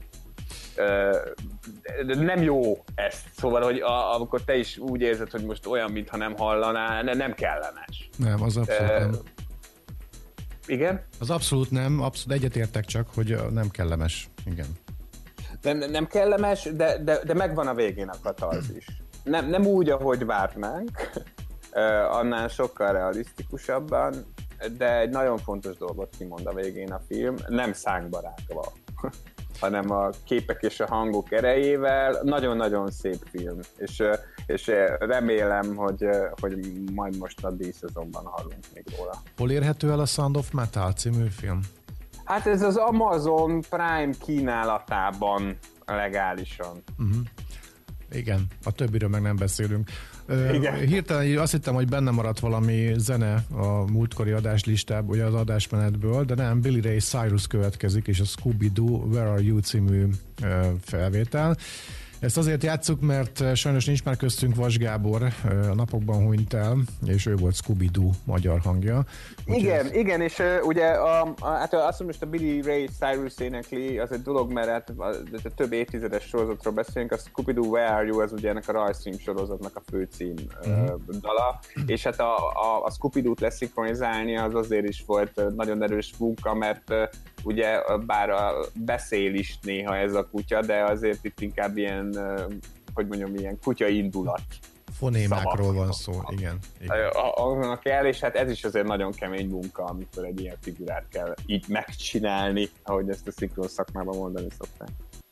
De nem jó ezt, szóval, hogy a, amikor te is úgy érzed, hogy most olyan, mintha nem hallanál, nem kellemes. Nem, az abszolút uh, nem. Igen? Az abszolút nem, abszolút egyetértek csak, hogy nem kellemes. Igen. Nem, nem kellemes, de, de, de megvan a végén a katarzis. Nem, nem úgy, ahogy várnánk, annál sokkal realisztikusabban, de egy nagyon fontos dolgot kimond a végén a film, nem szánkba rágva, hanem a képek és a hangok erejével. Nagyon-nagyon szép film, és, és remélem, hogy, hogy majd most a díjszezonban hallunk még róla. Hol érhető el a Sound of Metal című film? Hát ez az Amazon Prime kínálatában legálisan. Uh-huh. Igen, a többiről meg nem beszélünk. Igen. Hirtelen azt hittem, hogy benne maradt valami zene a múltkori adáslistából, ugye az adásmenetből, de nem, Billy Ray Cyrus következik, és a Scooby-Doo Where Are You című felvétel. Ezt azért játsszuk, mert sajnos nincs már köztünk Vas Gábor, a napokban hunyt el, és ő volt Scooby-Doo magyar hangja. Igen, ez... igen, és uh, ugye a, a, hát azt mondom, most a Billy Ray Cyrus énekli, az egy dolog, mert hát a, a több évtizedes sorozatról beszélünk, a Scooby-Doo Where Are You, az ugye ennek a rajzfilm sorozatnak a főcím uh, uh, dala, és hát a, a, a Scooby-Doo-t leszinkronizálni az azért is volt nagyon erős munka, mert uh, ugye bár a, beszél is néha ez a kutya, de azért itt inkább ilyen, hogy mondjam, ilyen kutya indulat. Fonémákról van szó, igen. Annak kell, és hát ez is azért nagyon kemény munka, amikor egy ilyen figurát kell így megcsinálni, ahogy ezt a szinkron szakmában mondani szokták.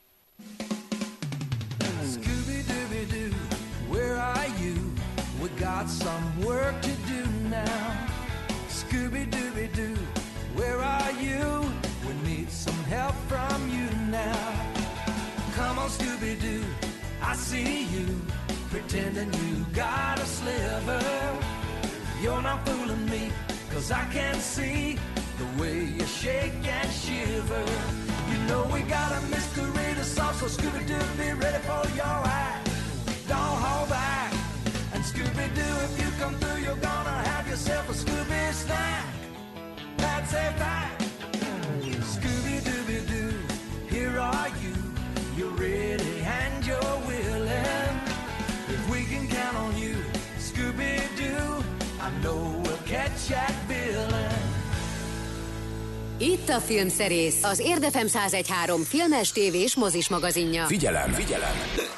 Scooby-Dooby-Doo, where are you? We got some work to do now. Scooby-Dooby-Doo, where are you? We need some help from you now. Come on, Scooby-Doo, I see you, pretending you got a sliver. You're not fooling me, cause I can see the way you shake and shiver. You know we got a masquerade of sauce, so Scooby-Doo, be ready for your act. Don't hold back. And Scooby-Doo, if you come through, you're gonna have yourself a Scooby snack. That's a fact. Scooby-Dooby-Doo, here are you. You're ready and you're willing. If we can count on you, Scooby-Doo, I know we'll catch that villain. Itt a Filmszerész, az Érd ef em száz egy pont három filmes, tévés, mozis magazinja. Figyelem, figyelem!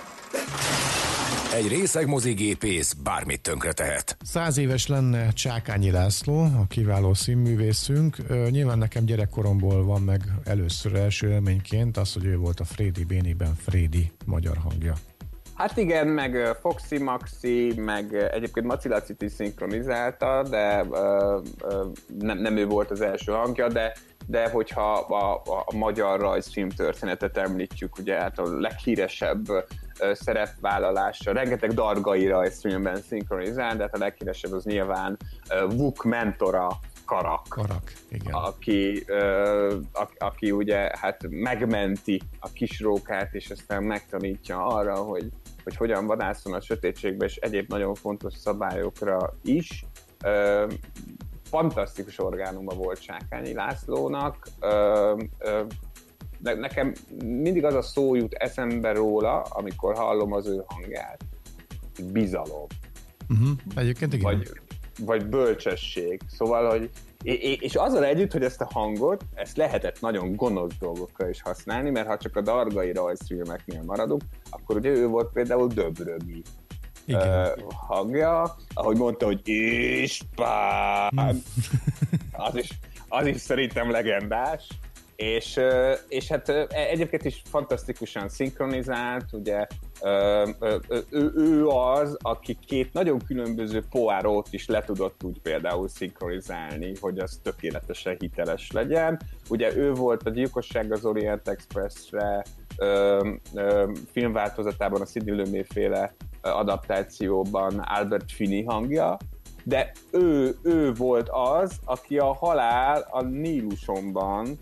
Egy részeg mozigépész bármit tönkretehet. Száz éves lenne Csákányi László, a kiváló színművészünk. Nyilván nekem gyerekkoromból van meg először első élményként az, hogy ő volt a Frédi Béniben Frédi magyar hangja. Hát igen, meg Foxy Maxi, meg egyébként Maci Lacit is szinkronizálta, de uh, uh, nem, nem ő volt az első hangja, de, de hogyha a, a, a magyar rajzfilm történetet említjük, ugye hát a leghíresebb uh, szerepvállalása, rengeteg Dargai rajzfilmben szinkronizál, de hát a leghíresebb az nyilván uh, Vuk mentora, Karak, Karak igen. Aki, uh, a, aki ugye hát megmenti a kisrókát, és aztán megtanítja arra, hogy, hogy hogyan vadászon a sötétségbe, és egyéb nagyon fontos szabályokra is. Uh, fantasztikus orgánuma volt Csákányi Lászlónak. Uh, uh, de nekem mindig az a szó jut eszembe róla, amikor hallom az ő hangját. Bizalom. Uh-huh. Egyébként igen. Vagy, vagy bölcsesség. Szóval, hogy és azzal együtt, hogy ezt a hangot, ezt lehetett nagyon gonosz dolgokra is használni, mert ha csak a Dargai rajzfilmeknél maradunk, akkor ugye ő volt például Döbrögi uh, hangja, ahogy mondta, hogy Ispán, az is, az is szerintem legendás. És, és hát egyébként is fantasztikusan szinkronizált, ugye ő, ő az, aki két nagyon különböző Poirot is le tudott úgy például szinkronizálni, hogy az tökéletesen hiteles legyen. Ugye ő volt a Gyilkosság az Orient Expressre filmváltozatában, a Sidney Lumet féle adaptációban Albert Finney hangja, de ő, ő volt az, aki a Halál a Nílusomban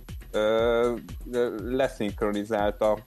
leszinkronizálta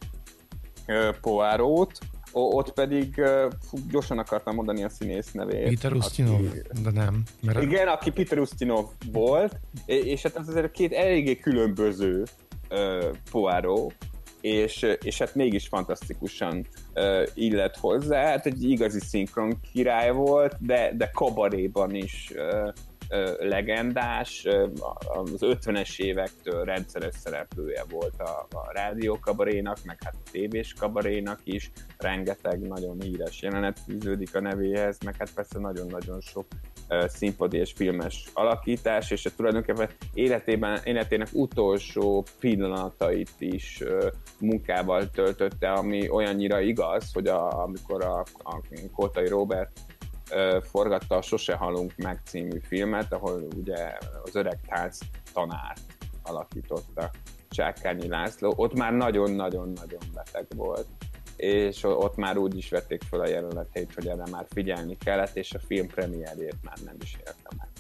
Poirot, ott pedig fú, gyorsan akartam mondani a színész nevét. Peter Ustinov, aki, de nem. Mert igen, aki Peter Ustinov volt, és hát az azért két eléggé különböző uh, Poirot, és, és hát mégis fantasztikusan uh, illett hozzá. Hát egy igazi szinkron király volt, de, de kabaréban is uh, legendás, az ötvenes évektől rendszeres szereplője volt a, a rádió kabarénak, meg hát a tévés kabarénak is, rengeteg nagyon híres jelenet fűződik a nevéhez, meg hát persze nagyon-nagyon sok uh, színpadi és filmes alakítás, és tulajdonképpen életében, életének utolsó pillanatait is uh, munkával töltötte, ami olyannyira igaz, hogy a, amikor a, a Kótai Róbert forgatta a Sose halunk meg című filmet, ahol ugye az öreg tánc tanárt alakította Csákányi László. Ott már nagyon-nagyon-nagyon beteg volt, és ott már úgy is vették fel a jelenetét, hogy erre már figyelni kellett, és a film premierjét már nem is érte meg.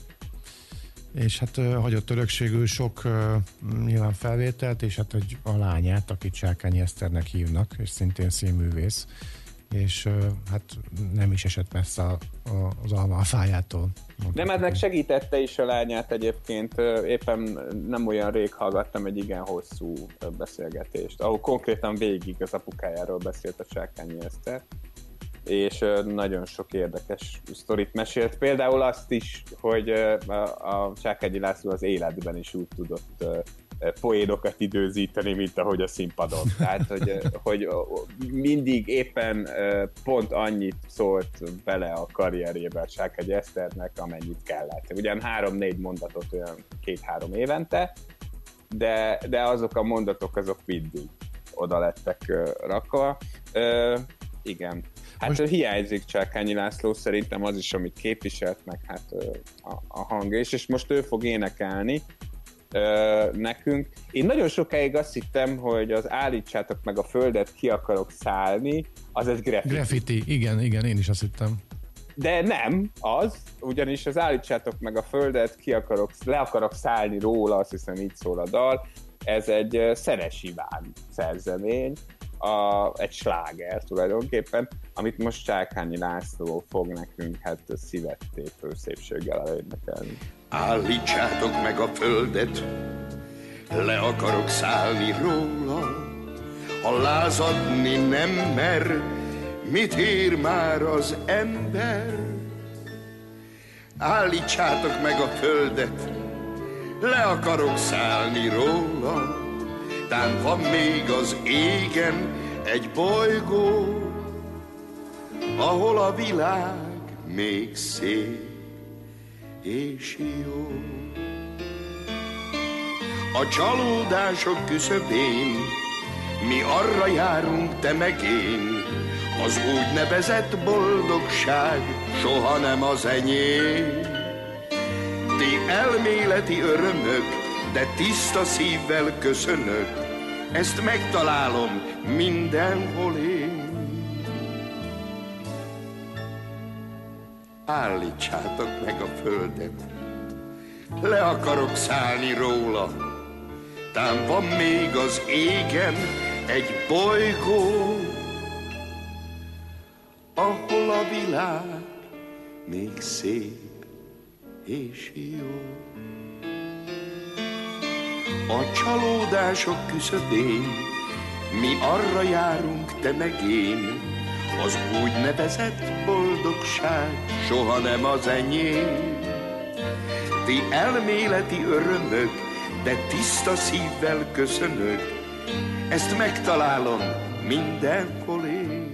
És hát uh, hagyott örökségül sok uh, nyilván felvételt, és hát egy, a lányát, akit Csákányi Eszternek hívnak, és szintén színművész, és uh, hát nem is esett messze a, a, az almafájától. De már meg segítette is a lányát egyébként, éppen nem olyan rég hallgattam egy igen hosszú beszélgetést, ahol konkrétan végig az apukájáról beszélt a Csákányi Eszter, és nagyon sok érdekes sztorit mesélt. Például azt is, hogy a Csákányi László az életben is úgy tudott poénokat időzíteni, mint ahogy a színpadon. Tehát, hogy, hogy mindig éppen pont annyit szólt bele a karrierjébe Csákányi Eszternek, amennyit kellett. Ugyan három-négy mondatot olyan két-három évente, de, de azok a mondatok azok mindig oda lettek rakva. Igen. Hát most hiányzik Csákányi László, szerintem az is, amit képviselt, meg hát a, a hangja is, és most ő fog énekelni ö, nekünk. Én nagyon sokáig azt hittem, hogy az Állítsátok meg a földet, ki akarok szállni, az egy graffiti. Graffiti, igen, igen, én is azt hittem. De nem az, ugyanis az Állítsátok meg a földet, ki akarok, le akarok szállni róla, azt hiszem így szól a dal. Ez egy Szenes Iván szerzemény, a, egy sláger tulajdonképpen, amit most Csákányi László fog nekünk hát szívettépő szépséggel elénekelni. Állítsátok meg a földet, le akarok szállni róla, ha lázadni nem mer, mit ér már az ember? Állítsátok meg a földet, le akarok szállni róla, tán van még az égen egy bolygó, ahol a világ még szép és jó. A csalódások küszöbén mi arra járunk, te meg én, az úgynevezett boldogság soha nem az enyém. Ti elméleti örömök, de tiszta szívvel köszönök, ezt megtalálom mindenhol én. Állítsátok meg a földet, le akarok szállni róla, tán van még az égen egy bolygó, ahol a világ még szép és jó. A csalódások küszöbén mi arra járunk, te meg én, az úgynevezett boldogság soha nem az enyém. Ti elméleti örömök, de tiszta szívvel köszönök, ezt megtalálom mindenhol én.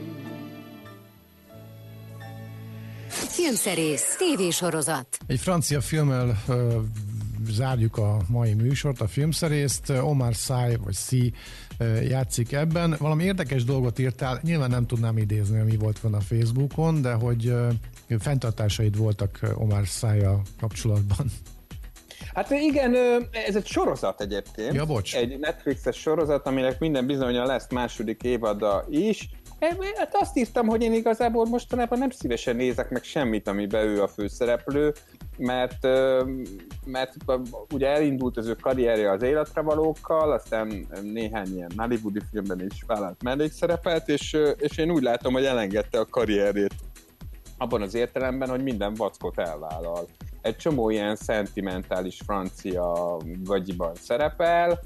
Filmszerész, tévésorozat. Egy francia filmmel ö, zárjuk a mai műsort, a Filmszerészt. Omar Sy, vagy Sy ö, játszik ebben. Valami érdekes dolgot írtál, nyilván nem tudnám idézni, ami volt van a Facebookon, de hogy ö, fenntartásaid voltak Omar Sy-jal kapcsolatban. Hát igen, ez egy sorozat egyébként. Ja, bocs. Egy Netflixes sorozat, aminek minden bizonnyal lesz második évada is. Hát azt írtam, hogy én igazából mostanában nem szívesen nézek meg semmit, amiben ő a főszereplő, mert, mert ugye elindult az ő karrierje az Életre valókkal, aztán néhány ilyen hollywoodi filmben is vállalt mellékszerepelt, és, és én úgy látom, hogy elengedte a karrierjét abban az értelemben, hogy minden vackot elvállal. Egy csomó ilyen szentimentális francia gagyiban szerepel,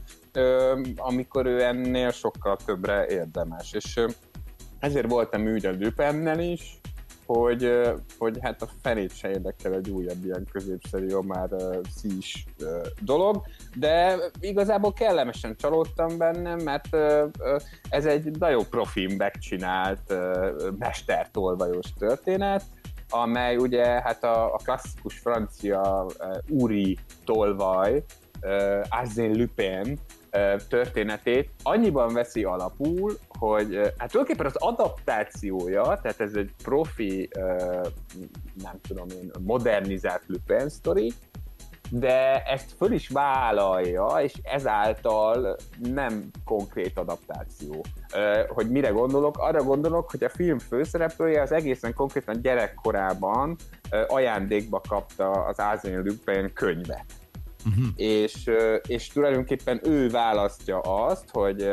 amikor ő ennél sokkal többre érdemes. És ezért voltam úgy a Lupennel is, hogy, hogy hát a fenét se érdekel egy újabb ilyen középszerű Omar Sy-s dolog, de igazából kellemesen csalódtam benne, mert ez egy nagyon profin megcsinált mestertolvajos történet, amely ugye hát a, a klasszikus francia uh, úri tolvaj, uh, Arsène Lupin uh, történetét annyiban veszi alapul, hogy uh, hát tulajdonképpen az adaptációja, tehát ez egy profi, uh, nem tudom én, modernizált Lupin sztori, de ezt föl is vállalja, és ezáltal nem konkrét adaptáció. Hogy mire gondolok? Arra gondolok, hogy a film főszereplője az egészen konkrétan gyerekkorában ajándékba kapta az Arsène Lupin könyvet. Uh-huh. És, és tulajdonképpen ő választja azt, hogy,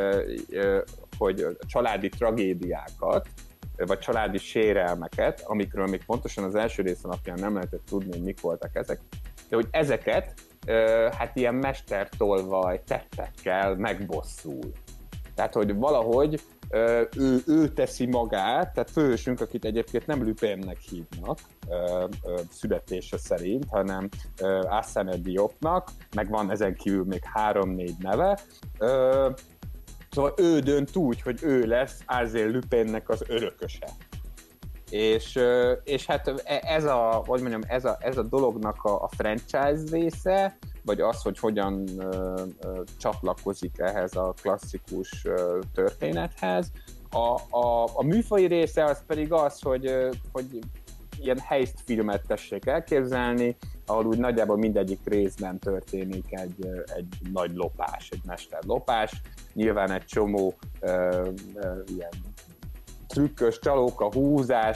hogy a családi tragédiákat, vagy családi sérelmeket, amikről még pontosan az első rész alapján nem lehetett tudni, hogy mik voltak ezek, de hogy ezeket hát ilyen mestertolvaj tettekkel megbosszul. Tehát, hogy valahogy ő, ő teszi magát, tehát főhősünk, akit egyébként nem Lupinnek hívnak születése szerint, hanem Arsène Diopnak, meg van ezen kívül még három-négy neve. Szóval ő dönt úgy, hogy ő lesz Arsène Lupinnek az örököse. És, és hát ez a, hogy mondjam, ez a, ez a dolognak a, a franchise része, vagy az, hogy hogyan ö, ö, csatlakozik ehhez a klasszikus ö, történethez. A, a, a műfaji része az pedig az, hogy, ö, hogy ilyen heist filmet tessék elképzelni, ahol úgy nagyjából mindegyik részben történik egy, egy nagy lopás, egy mesterlopás. Nyilván egy csomó ö, ö, ilyen trükkös, csalóka, húzás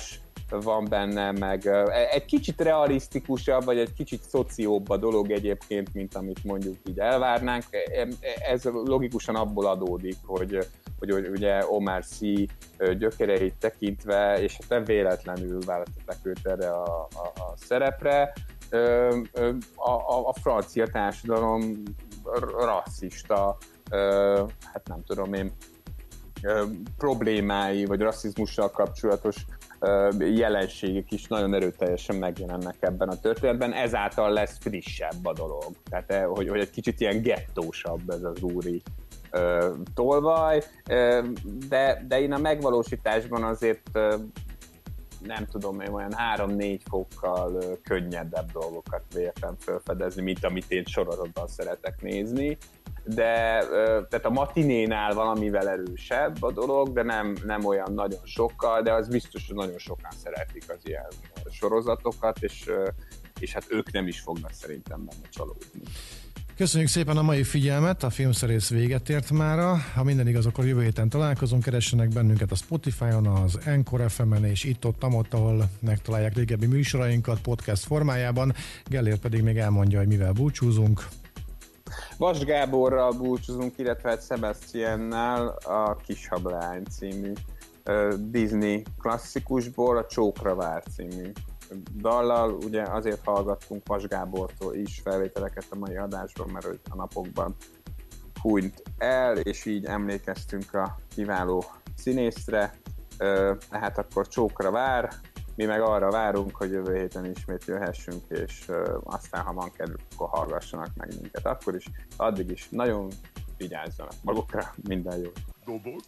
van benne, meg egy kicsit realisztikusabb, vagy egy kicsit szocióbb a dolog egyébként, mint amit mondjuk így elvárnánk. Ez logikusan abból adódik, hogy, hogy ugye Omar Sy gyökereit tekintve, és nem véletlenül választották őt erre a, a, a szerepre, a, a, a francia társadalom rasszista, hát nem tudom én, problémái, vagy rasszizmussal kapcsolatos jelenségek is nagyon erőteljesen megjelennek ebben a történetben, ezáltal lesz frissebb a dolog. Tehát, hogy, hogy egy kicsit ilyen gettósabb ez az úri uh, tolvaj, uh, de, de én a megvalósításban azért uh, nem tudom én, olyan három-négy fokkal uh, könnyedebb dolgokat véltem felfedezni, mint amit én sorozatban szeretek nézni. De tehát a matinénál valamivel erősebb a dolog, de nem, nem olyan nagyon sokkal, de az biztos, hogy nagyon sokan szeretik az ilyen sorozatokat, és, és hát ők nem is fognak szerintem benne csalódni. Köszönjük szépen a mai figyelmet, a filmszerész véget ért mára. Ha minden igaz, akkor jövő héten találkozunk, keressenek bennünket a Spotify-on, az Encore ef emen és itt-ott, amott, ahol megtalálják régebbi műsorainkat podcast formájában. Gellért pedig még elmondja, hogy mivel búcsúzunk. Vas Gáborral búcsúzunk, illetve hát Sebastiannál a Kishableány című uh, Disney klasszikusból, a Csókra vár című dallal. Ugye azért hallgattunk Vas Gábortól is felvételeket a mai adásban, mert hogy a napokban hunyt el, és így emlékeztünk a kiváló színészre. Uh, hát akkor Csókra vár, mi meg arra várunk, hogy jövő héten ismét jöhessünk, és uh, aztán, ha van kedvük, akkor hallgassanak meg minket. Akkor is, addig is nagyon vigyázzanak magukra, minden jó. Dobok,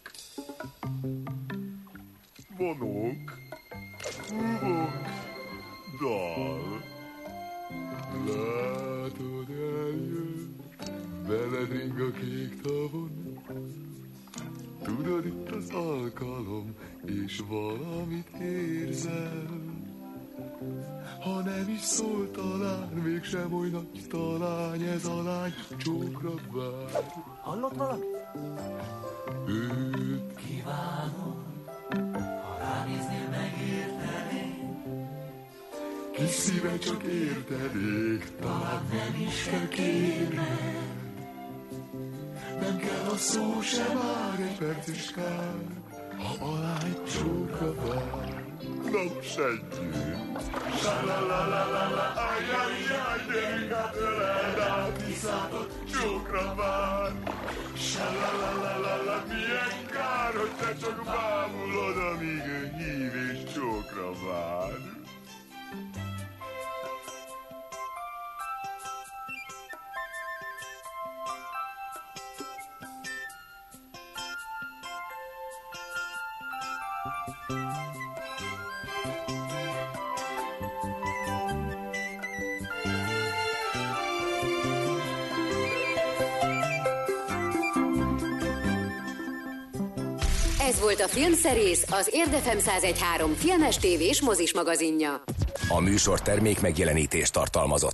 vonok, húgok, dal. Látod, eljön, beledring a kék tavon. Tudod, itt az alkalom, és valamit érzel. Ha nem is szól talán, mégsem oly nagy talány, ez a lány csókra vár. Hallott valamit? Őt kívánom, ha ránéznél, megértenéd. Kis szíve csak értenék, talán nem is kell kérned. Nem kell a szó sem már, egy perc is kár, ha a lány csókra vár. Na most együtt! Sa-la-la-la-la-la, ajjajjaj, gyerünk át, öleld át, kiszálltott csókra vár. Sa-la-la-la-la-la, milyen kár, hogy te csak bámulod, amíg ő hív és csókra vár. Ez volt a Filmszerész, az Érd ef em száz egy pont három filmes, tévés, mozis magazinja. A műsor termék megjelenítést tartalmazott.